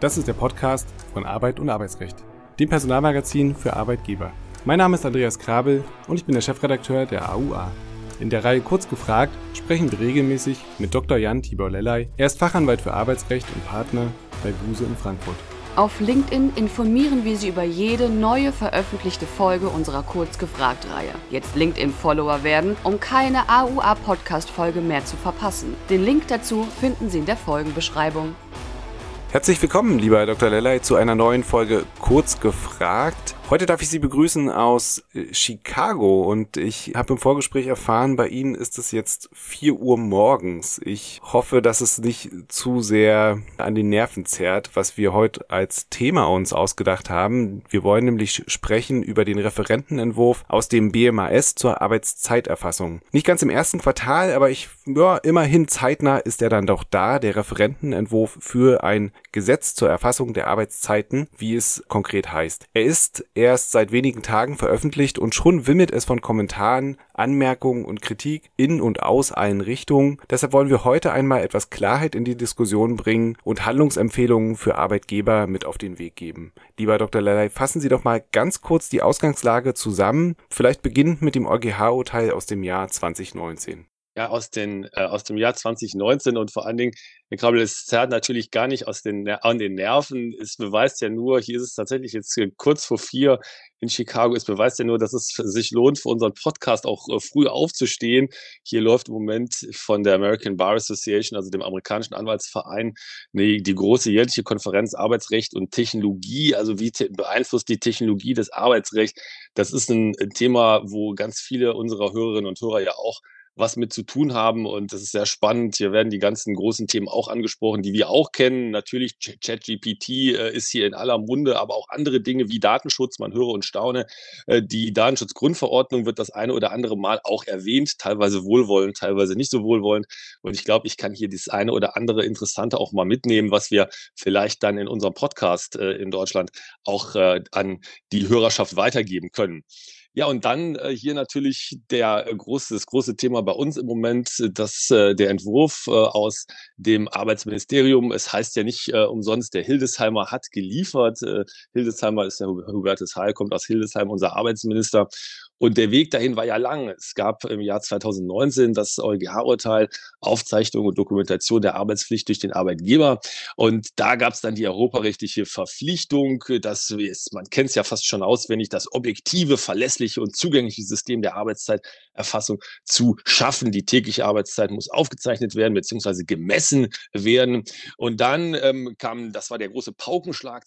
Das ist der Podcast von Arbeit und Arbeitsrecht, dem Personalmagazin für Arbeitgeber. Mein Name ist Andreas Krabel und ich bin der Chefredakteur der AUA. In der Reihe Kurz gefragt sprechen wir regelmäßig mit Dr. Jan Tibor Lellay. Er ist Fachanwalt für Arbeitsrecht und Partner bei Buse in Frankfurt. Auf LinkedIn informieren wir Sie über jede neue veröffentlichte Folge unserer Kurz gefragt-Reihe. Jetzt LinkedIn-Follower werden, um keine AUA-Podcast-Folge mehr zu verpassen. Den Link dazu finden Sie in der Folgenbeschreibung. Herzlich willkommen, lieber Herr Dr. Lellay, zu einer neuen Folge Kurz gefragt. Heute darf ich Sie begrüßen aus Chicago und ich habe im Vorgespräch erfahren, bei Ihnen ist es jetzt 4 Uhr morgens. Ich hoffe, dass es nicht zu sehr an den Nerven zerrt, was wir heute als Thema uns ausgedacht haben. Wir wollen nämlich sprechen über den Referentenentwurf aus dem BMAS zur Arbeitszeiterfassung. Nicht ganz im ersten Quartal, aber immerhin zeitnah ist er dann doch da, der Referentenentwurf für ein Gesetz zur Erfassung der Arbeitszeiten, wie es konkret heißt. Er ist erst seit wenigen Tagen veröffentlicht und schon wimmelt es von Kommentaren, Anmerkungen und Kritik in und aus allen Richtungen. Deshalb wollen wir heute einmal etwas Klarheit in die Diskussion bringen und Handlungsempfehlungen für Arbeitgeber mit auf den Weg geben. Lieber Dr. Lellay, fassen Sie doch mal ganz kurz die Ausgangslage zusammen, vielleicht beginnend mit dem EuGH-Urteil aus dem Jahr 2019. Ja, aus dem Jahr 2019 und vor allen Dingen, Herr Krabbel, es zerrt natürlich gar nicht an den Nerven. Es beweist ja nur, hier ist es tatsächlich jetzt kurz vor 4 in Chicago, es beweist ja nur, dass es sich lohnt, für unseren Podcast auch früh aufzustehen. Hier läuft im Moment von der American Bar Association, also dem amerikanischen Anwaltsverein, die große jährliche Konferenz Arbeitsrecht und Technologie. Also wie beeinflusst die Technologie das Arbeitsrecht? Das ist ein Thema, wo ganz viele unserer Hörerinnen und Hörer ja auch was mit zu tun haben, und das ist sehr spannend. Hier werden die ganzen großen Themen auch angesprochen, die wir auch kennen. Natürlich ChatGPT ist hier in aller Munde, aber auch andere Dinge wie Datenschutz. Man höre und staune. Die Datenschutzgrundverordnung wird das eine oder andere Mal auch erwähnt, teilweise wohlwollend, teilweise nicht so wohlwollend. Und ich glaube, ich kann hier das eine oder andere Interessante auch mal mitnehmen, was wir vielleicht dann in unserem Podcast in Deutschland auch an die Hörerschaft weitergeben können. Ja, und dann hier natürlich das große Thema bei uns im Moment, der Entwurf aus dem Arbeitsministerium. Es heißt ja nicht umsonst, der Hildesheimer hat geliefert. Hildesheimer ist ja Hubertus Heil, kommt aus Hildesheim, unser Arbeitsminister. Und der Weg dahin war ja lang. Es gab im Jahr 2019 das EuGH-Urteil, Aufzeichnung und Dokumentation der Arbeitspflicht durch den Arbeitgeber. Und da gab es dann die europarechtliche Verpflichtung, man kennt es ja fast schon auswendig, das objektive, verlässliche und zugängliche System der Arbeitszeiterfassung zu schaffen. Die tägliche Arbeitszeit muss aufgezeichnet werden bzw. gemessen werden. Und dann das war der große Paukenschlag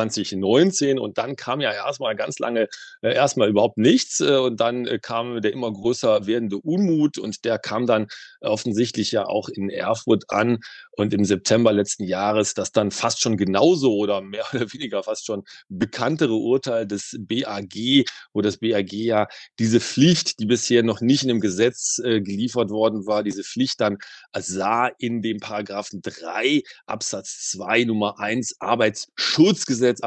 2019, und dann kam ja erstmal ganz lange überhaupt nichts. Und dann kam der immer größer werdende Unmut, und der kam dann offensichtlich ja auch in Erfurt an. Und im September letzten Jahres das dann fast schon genauso oder mehr oder weniger fast schon bekanntere Urteil des BAG, wo das BAG ja diese Pflicht, die bisher noch nicht in dem Gesetz geliefert worden war, diese Pflicht dann sah in dem Paragraphen 3 Absatz 2 Nummer 1 Arbeitsschutzgesetz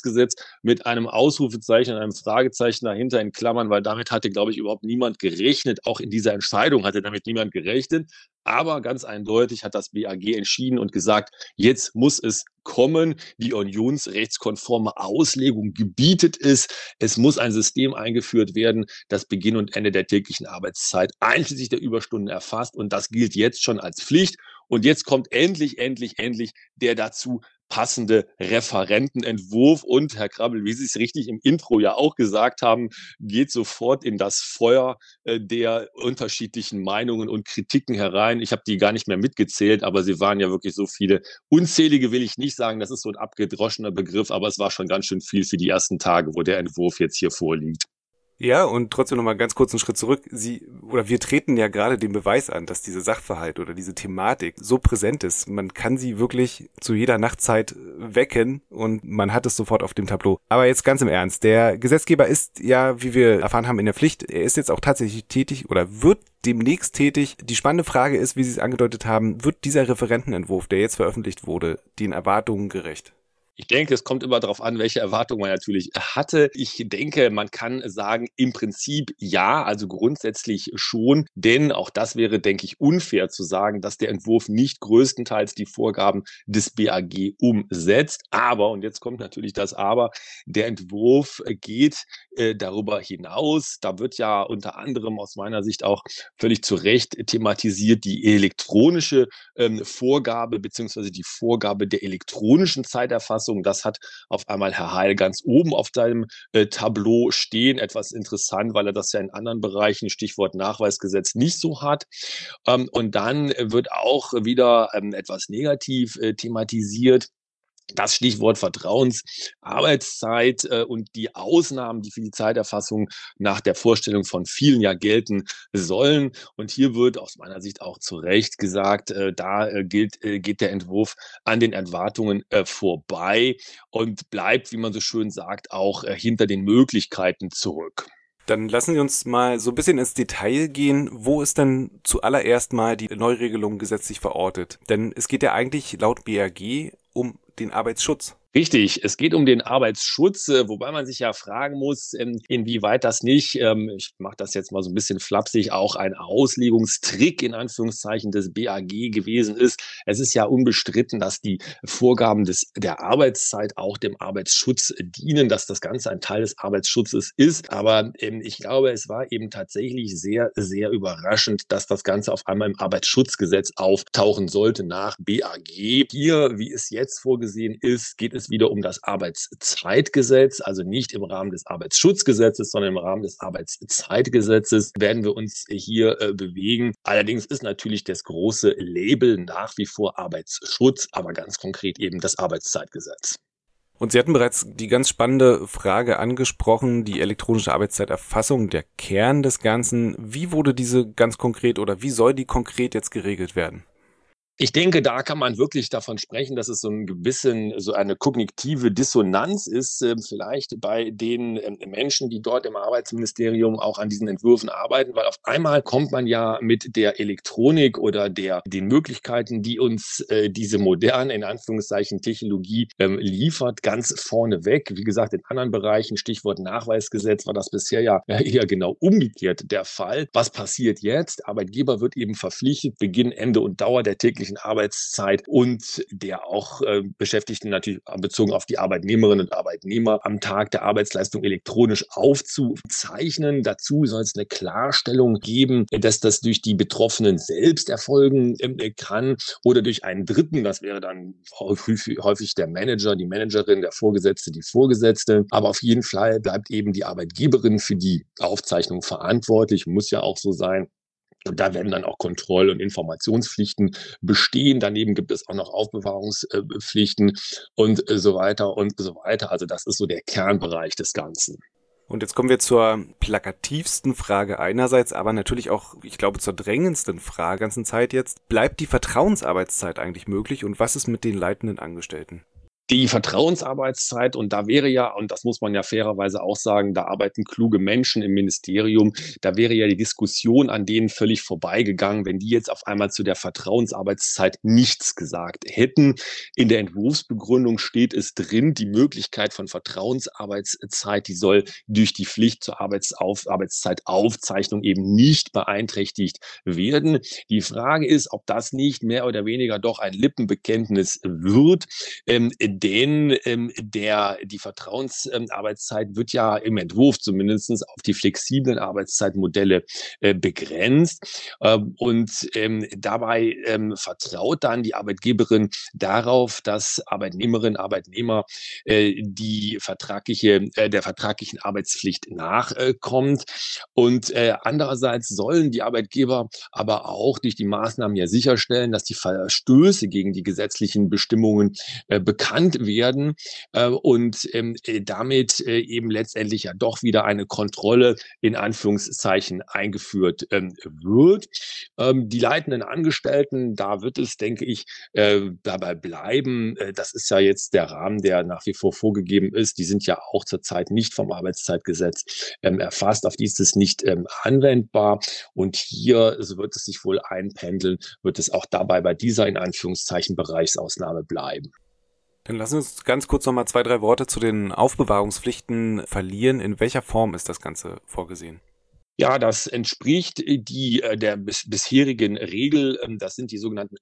mit einem Ausrufezeichen und einem Fragezeichen dahinter in Klammern, weil damit hatte, glaube ich, überhaupt niemand gerechnet. Auch in dieser Entscheidung hatte damit niemand gerechnet. Aber ganz eindeutig hat das BAG entschieden und gesagt, jetzt muss es kommen. Die unionsrechtskonforme Auslegung gebietet es. Es muss ein System eingeführt werden, das Beginn und Ende der täglichen Arbeitszeit einschließlich der Überstunden erfasst. Und das gilt jetzt schon als Pflicht. Und jetzt kommt endlich der dazu passende Referentenentwurf. Und Herr Krabbel, wie Sie es richtig im Intro ja auch gesagt haben, geht sofort in das Feuer der unterschiedlichen Meinungen und Kritiken herein. Ich habe die gar nicht mehr mitgezählt, aber sie waren ja wirklich so viele. Unzählige will ich nicht sagen, das ist so ein abgedroschener Begriff, aber es war schon ganz schön viel für die ersten Tage, wo der Entwurf jetzt hier vorliegt. Ja, und trotzdem nochmal ganz kurz einen Schritt zurück. Wir treten ja gerade den Beweis an, dass dieser Sachverhalt oder diese Thematik so präsent ist. Man kann sie wirklich zu jeder Nachtzeit wecken und man hat es sofort auf dem Tableau. Aber jetzt ganz im Ernst. Der Gesetzgeber ist ja, wie wir erfahren haben, in der Pflicht. Er ist jetzt auch tatsächlich tätig oder wird demnächst tätig. Die spannende Frage ist, wie Sie es angedeutet haben, wird dieser Referentenentwurf, der jetzt veröffentlicht wurde, den Erwartungen gerecht? Ich denke, es kommt immer darauf an, welche Erwartungen man natürlich hatte. Ich denke, man kann sagen, im Prinzip ja, also grundsätzlich schon, denn auch das wäre, denke ich, unfair zu sagen, dass der Entwurf nicht größtenteils die Vorgaben des BAG umsetzt. Aber, und jetzt kommt natürlich das Aber, der Entwurf geht darüber hinaus. Da wird ja unter anderem aus meiner Sicht auch völlig zu Recht thematisiert die elektronische Vorgabe beziehungsweise die Vorgabe der elektronischen Zeiterfassung. Das hat auf einmal Herr Heil ganz oben auf seinem Tableau stehen. Etwas interessant, weil er das ja in anderen Bereichen, Stichwort Nachweisgesetz, nicht so hat. Und dann wird auch wieder etwas negativ thematisiert. Das Stichwort Vertrauensarbeitszeit und die Ausnahmen, die für die Zeiterfassung nach der Vorstellung von vielen ja gelten sollen. Und hier wird aus meiner Sicht auch zu Recht gesagt, geht der Entwurf an den Erwartungen vorbei und bleibt, wie man so schön sagt, auch hinter den Möglichkeiten zurück. Dann lassen Sie uns mal so ein bisschen ins Detail gehen. Wo ist denn zuallererst mal die Neuregelung gesetzlich verortet? Denn es geht ja eigentlich laut BAG um den Arbeitsschutz. Richtig, es geht um den Arbeitsschutz, wobei man sich ja fragen muss, inwieweit das nicht, ich mache das jetzt mal so ein bisschen flapsig, auch ein Auslegungstrick in Anführungszeichen des BAG gewesen ist. Es ist ja unbestritten, dass die Vorgaben der Arbeitszeit auch dem Arbeitsschutz dienen, dass das Ganze ein Teil des Arbeitsschutzes ist. Aber ich glaube, es war eben tatsächlich sehr, sehr überraschend, dass das Ganze auf einmal im Arbeitsschutzgesetz auftauchen sollte nach BAG. Hier, wie es jetzt vorgesehen ist, geht es wieder um das Arbeitszeitgesetz, also nicht im Rahmen des Arbeitsschutzgesetzes, sondern im Rahmen des Arbeitszeitgesetzes werden wir uns hier bewegen. Allerdings ist natürlich das große Label nach wie vor Arbeitsschutz, aber ganz konkret eben das Arbeitszeitgesetz. Und Sie hatten bereits die ganz spannende Frage angesprochen, die elektronische Arbeitszeiterfassung, der Kern des Ganzen. Wie wurde diese ganz konkret oder wie soll die konkret jetzt geregelt werden? Ich denke, da kann man wirklich davon sprechen, dass es so eine kognitive Dissonanz ist, vielleicht bei den Menschen, die dort im Arbeitsministerium auch an diesen Entwürfen arbeiten, weil auf einmal kommt man ja mit der Elektronik oder den Möglichkeiten, die uns diese moderne, in Anführungszeichen, Technologie liefert, ganz vorne weg. Wie gesagt, in anderen Bereichen, Stichwort Nachweisgesetz, war das bisher ja eher genau umgekehrt der Fall. Was passiert jetzt? Arbeitgeber wird eben verpflichtet, Beginn, Ende und Dauer der täglichen Arbeitszeit und der auch Beschäftigten natürlich bezogen auf die Arbeitnehmerinnen und Arbeitnehmer am Tag der Arbeitsleistung elektronisch aufzuzeichnen. Dazu soll es eine Klarstellung geben, dass das durch die Betroffenen selbst erfolgen kann oder durch einen Dritten. Das wäre dann häufig der Manager, die Managerin, der Vorgesetzte, die Vorgesetzte. Aber auf jeden Fall bleibt eben die Arbeitgeberin für die Aufzeichnung verantwortlich, muss ja auch so sein. Und da werden dann auch Kontroll- und Informationspflichten bestehen. Daneben gibt es auch noch Aufbewahrungspflichten und so weiter und so weiter. Also das ist so der Kernbereich des Ganzen. Und jetzt kommen wir zur plakativsten Frage einerseits, aber natürlich auch, ich glaube, zur drängendsten Frage der ganzen Zeit jetzt. Bleibt die Vertrauensarbeitszeit eigentlich möglich und was ist mit den leitenden Angestellten? Die Vertrauensarbeitszeit, und da wäre ja, und das muss man ja fairerweise auch sagen, da arbeiten kluge Menschen im Ministerium, da wäre ja die Diskussion an denen völlig vorbeigegangen, wenn die jetzt auf einmal zu der Vertrauensarbeitszeit nichts gesagt hätten. In der Entwurfsbegründung steht es drin, die Möglichkeit von Vertrauensarbeitszeit, die soll durch die Pflicht zur Arbeitszeitaufzeichnung eben nicht beeinträchtigt werden. Die Frage ist, ob das nicht mehr oder weniger doch ein Lippenbekenntnis wird, denn die Vertrauensarbeitszeit wird ja im Entwurf zumindest auf die flexiblen Arbeitszeitmodelle begrenzt. Dabei vertraut dann die Arbeitgeberin darauf, dass Arbeitnehmerinnen und Arbeitnehmer der vertraglichen Arbeitspflicht nachkommt. Und andererseits sollen die Arbeitgeber aber auch durch die Maßnahmen ja sicherstellen, dass die Verstöße gegen die gesetzlichen Bestimmungen bekannt werden und damit eben letztendlich ja doch wieder eine Kontrolle in Anführungszeichen eingeführt wird. Die leitenden Angestellten, da wird es, denke ich, dabei bleiben. Das ist ja jetzt der Rahmen, der nach wie vor vorgegeben ist. Die sind ja auch zurzeit nicht vom Arbeitszeitgesetz erfasst. Auf die ist es nicht anwendbar. Und hier, so wird es sich wohl einpendeln, wird es auch dabei bei dieser in Anführungszeichen Bereichsausnahme bleiben. Dann lassen wir uns ganz kurz nochmal 2, 3 Worte zu den Aufbewahrungspflichten verlieren. In welcher Form ist das Ganze vorgesehen? Ja, das entspricht der bisherigen Regel. Das sind die sogenannten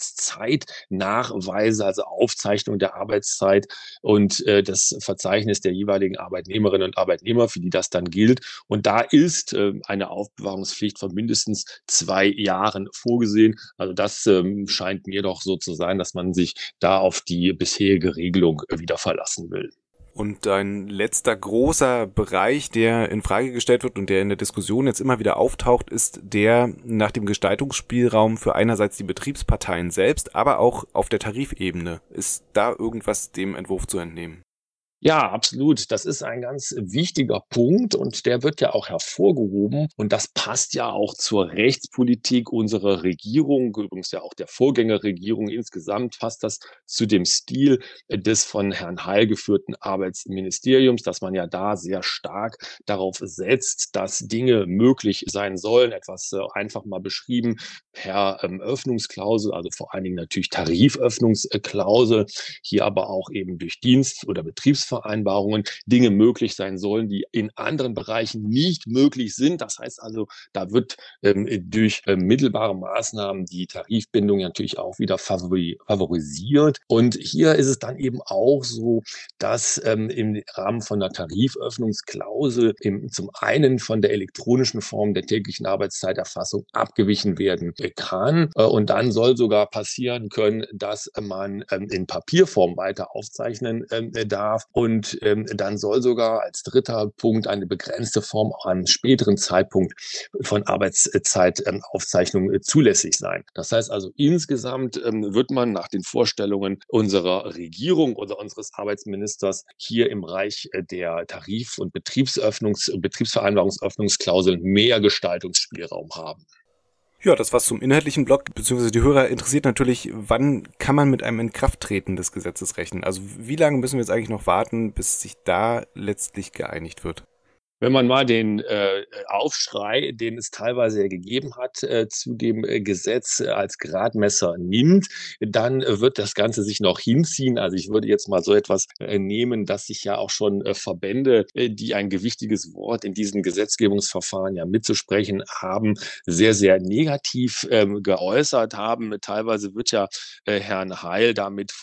Arbeitszeitnachweise, also Aufzeichnung der Arbeitszeit und das Verzeichnis der jeweiligen Arbeitnehmerinnen und Arbeitnehmer, für die das dann gilt. Und da ist eine Aufbewahrungspflicht von mindestens 2 Jahren vorgesehen. Also das scheint mir doch so zu sein, dass man sich da auf die bisherige Regelung wieder verlassen will. Und ein letzter großer Bereich, der in Frage gestellt wird und der in der Diskussion jetzt immer wieder auftaucht, ist der nach dem Gestaltungsspielraum für einerseits die Betriebsparteien selbst, aber auch auf der Tarifebene. Ist da irgendwas dem Entwurf zu entnehmen? Ja, absolut. Das ist ein ganz wichtiger Punkt und der wird ja auch hervorgehoben. Und das passt ja auch zur Rechtspolitik unserer Regierung, übrigens ja auch der Vorgängerregierung. Insgesamt passt das zu dem Stil des von Herrn Heil geführten Arbeitsministeriums, dass man ja da sehr stark darauf setzt, dass Dinge möglich sein sollen. Etwas einfach mal beschrieben per Öffnungsklausel, also vor allen Dingen natürlich Tariföffnungsklausel, hier aber auch eben durch Dienst- oder Betriebsvereinbarungen Dinge möglich sein sollen, die in anderen Bereichen nicht möglich sind. Das heißt also, da wird durch mittelbare Maßnahmen die Tarifbindung natürlich auch wieder favorisiert. Und hier ist es dann eben auch so, dass im Rahmen von der Tariföffnungsklausel zum einen von der elektronischen Form der täglichen Arbeitszeiterfassung abgewichen werden kann. Und dann soll sogar passieren können, dass man in Papierform weiter aufzeichnen darf. Und dann soll sogar als dritter Punkt eine begrenzte Form an einem späteren Zeitpunkt von Arbeitszeitaufzeichnung zulässig sein. Das heißt also, insgesamt wird man nach den Vorstellungen unserer Regierung oder unseres Arbeitsministers hier im Bereich der Tarif- und Betriebsvereinbarungsöffnungsklauseln mehr Gestaltungsspielraum haben. Ja, das war's zum inhaltlichen Block, beziehungsweise die Hörer interessiert natürlich, wann kann man mit einem Inkrafttreten des Gesetzes rechnen? Also wie lange müssen wir jetzt eigentlich noch warten, bis sich da letztlich geeinigt wird? Wenn man mal den Aufschrei, den es teilweise ja gegeben hat, zu dem Gesetz als Gradmesser nimmt, dann wird das Ganze sich noch hinziehen. Also ich würde jetzt mal so etwas nehmen, dass sich ja auch schon Verbände, die ein gewichtiges Wort in diesen Gesetzgebungsverfahren ja mitzusprechen haben, sehr, sehr negativ geäußert haben. Teilweise wird ja Herrn Heil damit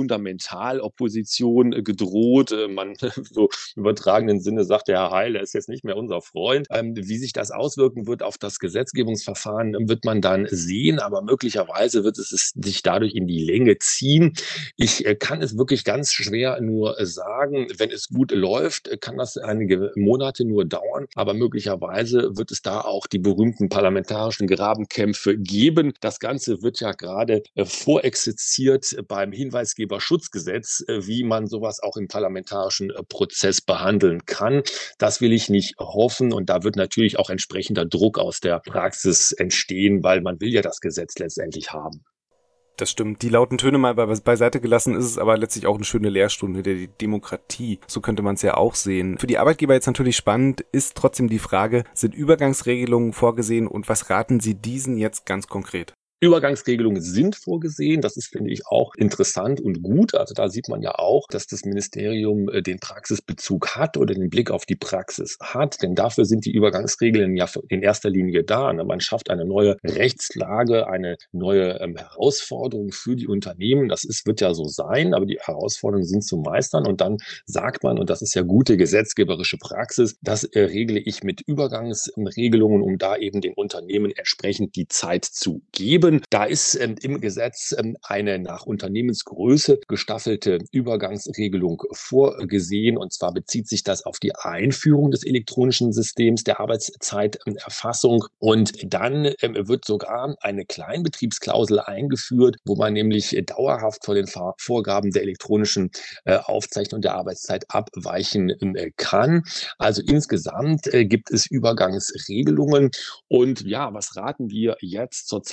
Fundamentalopposition gedroht. Man so im übertragenen Sinne sagt der Herr Heil, er ist jetzt nicht mehr unser Freund. Wie sich das auswirken wird auf das Gesetzgebungsverfahren, wird man dann sehen, aber möglicherweise wird es sich dadurch in die Länge ziehen. Ich kann es wirklich ganz schwer nur sagen. Wenn es gut läuft, kann das einige Monate nur dauern, aber möglicherweise wird es da auch die berühmten parlamentarischen Grabenkämpfe geben. Das Ganze wird ja gerade vorexerziert beim Hinweisgeberschutzgesetz, wie man sowas auch im parlamentarischen Prozess behandeln kann. Das will ich nicht hoffen und da wird natürlich auch entsprechender Druck aus der Praxis entstehen, weil man will ja das Gesetz letztendlich haben. Das stimmt. Die lauten Töne mal beiseite gelassen, ist es aber letztlich auch eine schöne Lehrstunde der Demokratie. So könnte man es ja auch sehen. Für die Arbeitgeber jetzt natürlich spannend, ist trotzdem die Frage, sind Übergangsregelungen vorgesehen und was raten Sie diesen jetzt ganz konkret? Übergangsregelungen sind vorgesehen. Das ist, finde ich, auch interessant und gut. Also da sieht man ja auch, dass das Ministerium den Praxisbezug hat oder den Blick auf die Praxis hat. Denn dafür sind die Übergangsregeln ja in erster Linie da. Man schafft eine neue Rechtslage, eine neue Herausforderung für die Unternehmen. Wird ja so sein, aber die Herausforderungen sind zu meistern. Und dann sagt man, und das ist ja gute gesetzgeberische Praxis, das regle ich mit Übergangsregelungen, um da eben den Unternehmen entsprechend die Zeit zu geben. Da ist im Gesetz eine nach Unternehmensgröße gestaffelte Übergangsregelung vorgesehen. Und zwar bezieht sich das auf die Einführung des elektronischen Systems der Arbeitszeiterfassung. Und dann wird sogar eine Kleinbetriebsklausel eingeführt, wo man nämlich dauerhaft von den Vorgaben der elektronischen Aufzeichnung der Arbeitszeit abweichen kann. Also insgesamt gibt es Übergangsregelungen. Und ja, was raten wir jetzt zurzeit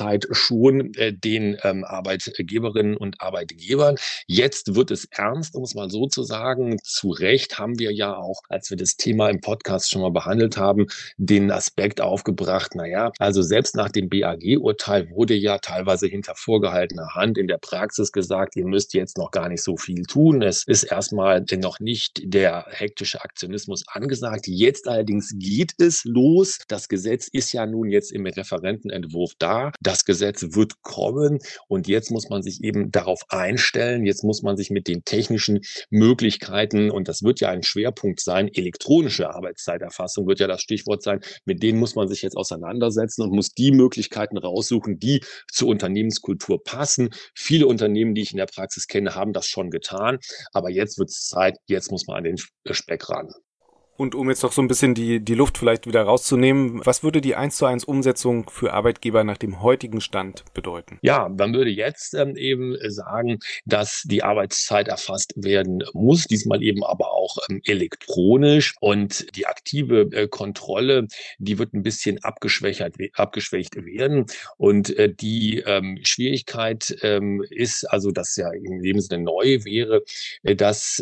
schon den Arbeitgeberinnen und Arbeitgebern. Jetzt wird es ernst, um es mal so zu sagen. Zu Recht haben wir ja auch, als wir das Thema im Podcast schon mal behandelt haben, den Aspekt aufgebracht, also selbst nach dem BAG-Urteil wurde ja teilweise hinter vorgehaltener Hand in der Praxis gesagt, ihr müsst jetzt noch gar nicht so viel tun. Es ist erstmal noch nicht der hektische Aktionismus angesagt. Jetzt allerdings geht es los. Das Gesetz ist ja nun jetzt im Referentenentwurf da. Das Gesetz wird kommen und jetzt muss man sich eben darauf einstellen. Jetzt muss man sich mit den technischen Möglichkeiten, und das wird ja ein Schwerpunkt sein, elektronische Arbeitszeiterfassung wird ja das Stichwort sein, mit denen muss man sich jetzt auseinandersetzen und muss die Möglichkeiten raussuchen, die zur Unternehmenskultur passen. Viele Unternehmen, die ich in der Praxis kenne, haben das schon getan, aber jetzt wird es Zeit, jetzt muss man an den Speck ran. Und um jetzt noch so ein bisschen die Luft vielleicht wieder rauszunehmen, was würde die 1:1 Umsetzung für Arbeitgeber nach dem heutigen Stand bedeuten? Ja, man würde jetzt eben sagen, dass die Arbeitszeit erfasst werden muss, diesmal eben aber auch elektronisch, und die aktive Kontrolle, die wird ein bisschen abgeschwächt werden, und die Schwierigkeit ist, also dass ja in dem Sinne neu wäre, dass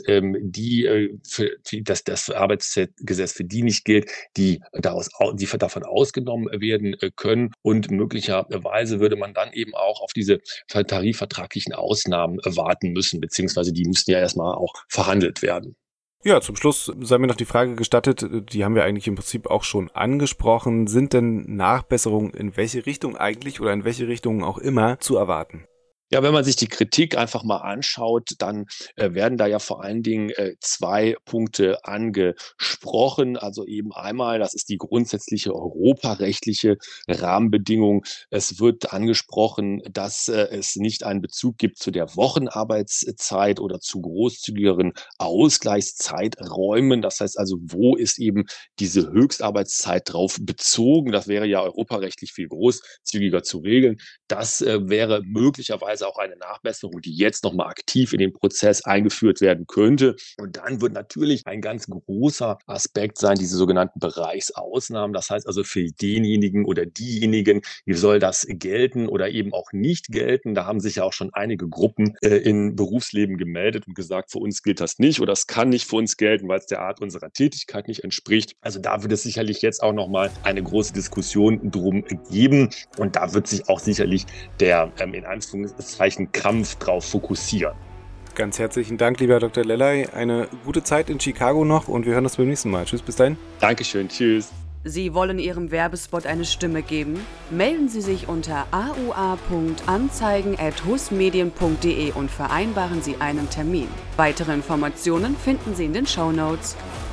das Arbeitszeitgesetz für die nicht gilt, die davon ausgenommen werden können, und möglicherweise würde man dann eben auch auf diese tarifvertraglichen Ausnahmen warten müssen, beziehungsweise die müssten ja erstmal auch verhandelt werden. Ja, zum Schluss sei mir noch die Frage gestattet, die haben wir eigentlich im Prinzip auch schon angesprochen. Sind denn Nachbesserungen in welche Richtung eigentlich oder in welche Richtung auch immer zu erwarten? Ja, wenn man sich die Kritik einfach mal anschaut, dann werden da ja vor allen Dingen 2 Punkte angesprochen. Also eben einmal, das ist die grundsätzliche europarechtliche Rahmenbedingung. Es wird angesprochen, dass es nicht einen Bezug gibt zu der Wochenarbeitszeit oder zu großzügigeren Ausgleichszeiträumen. Das heißt also, wo ist eben diese Höchstarbeitszeit drauf bezogen? Das wäre ja europarechtlich viel großzügiger zu regeln. Das wäre möglicherweise auch eine Nachbesserung, die jetzt nochmal aktiv in den Prozess eingeführt werden könnte. Und dann wird natürlich ein ganz großer Aspekt sein, diese sogenannten Bereichsausnahmen. Das heißt also für denjenigen oder diejenigen, wie soll das gelten oder eben auch nicht gelten. Da haben sich ja auch schon einige Gruppen im Berufsleben gemeldet und gesagt, für uns gilt das nicht oder es kann nicht für uns gelten, weil es der Art unserer Tätigkeit nicht entspricht. Also da wird es sicherlich jetzt auch nochmal eine große Diskussion drum geben, und da wird sich auch sicherlich der in Anführungszeichen Kampf drauf fokussieren. Ganz herzlichen Dank, lieber Dr. Lellay. Eine gute Zeit in Chicago noch und wir hören uns beim nächsten Mal. Tschüss, bis dahin. Dankeschön, tschüss. Sie wollen Ihrem Werbespot eine Stimme geben? Melden Sie sich unter aua.anzeigen@husmedien.de und vereinbaren Sie einen Termin. Weitere Informationen finden Sie in den Shownotes.